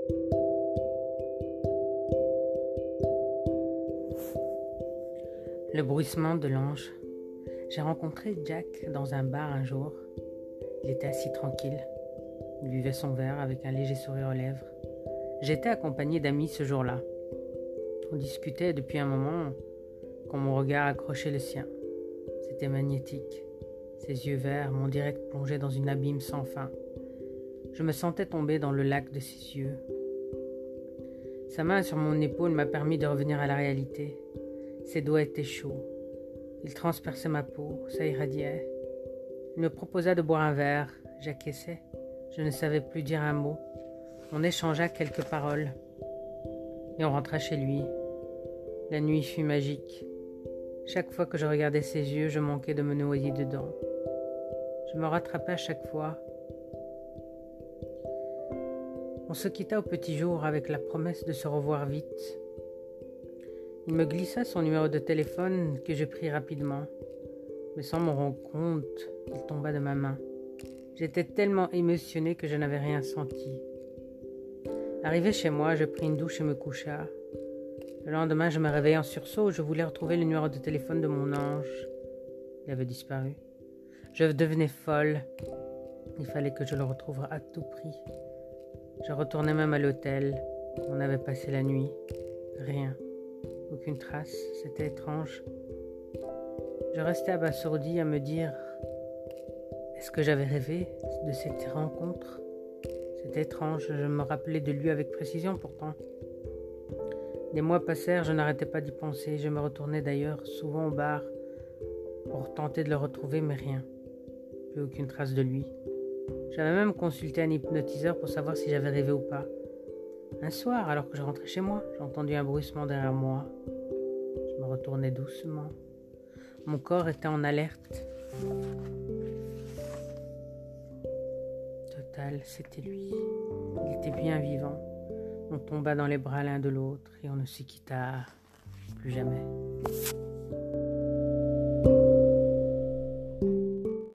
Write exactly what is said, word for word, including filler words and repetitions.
Le bruissement de l'ange. J'ai rencontré Jack dans un bar un jour. Il était assis tranquille. Il buvait son verre avec un léger sourire aux lèvres. J'étais accompagné d'amis ce jour-là. On discutait depuis un moment quand mon regard accrochait le sien. C'était magnétique. Ses yeux verts m'ont direct plongé dans une abîme sans fin. Je me sentais tomber dans le lac de ses yeux. Sa main sur mon épaule m'a permis de revenir à la réalité. Ses doigts étaient chauds. Il transperçait ma peau, ça irradiait. Il me proposa de boire un verre. J'acquiesçai. Je ne savais plus dire un mot. On échangea quelques paroles. Et on rentra chez lui. La nuit fut magique. Chaque fois que je regardais ses yeux, je manquais de me noyer dedans. Je me rattrapais à chaque fois. On se quitta au petit jour avec la promesse de se revoir vite. Il me glissa son numéro de téléphone que je pris rapidement. Mais sans m'en rendre compte, il tomba de ma main. J'étais tellement émotionnée que je n'avais rien senti. Arrivé chez moi, je pris une douche et me coucha. Le lendemain, je me réveillai en sursaut. Je voulais retrouver le numéro de téléphone de mon ange. Il avait disparu. Je devenais folle. Il fallait que je le retrouve à tout prix. Je retournais même à l'hôtel. On avait passé la nuit. Rien. Aucune trace. C'était étrange. Je restais abasourdi à me dire: est-ce que j'avais rêvé de cette rencontre? C'était étrange. Je me rappelais de lui avec précision pourtant. Des mois passèrent, je n'arrêtais pas d'y penser. Je me retournais d'ailleurs souvent au bar pour tenter de le retrouver, mais rien. Plus aucune trace de lui. J'avais même consulté un hypnotiseur pour savoir si j'avais rêvé ou pas. Un soir, alors que je rentrais chez moi, j'ai entendu un bruissement derrière moi. Je me retournais doucement. Mon corps était en alerte. Total, c'était lui. Il était bien vivant. On tomba dans les bras l'un de l'autre et on ne se quitta plus jamais.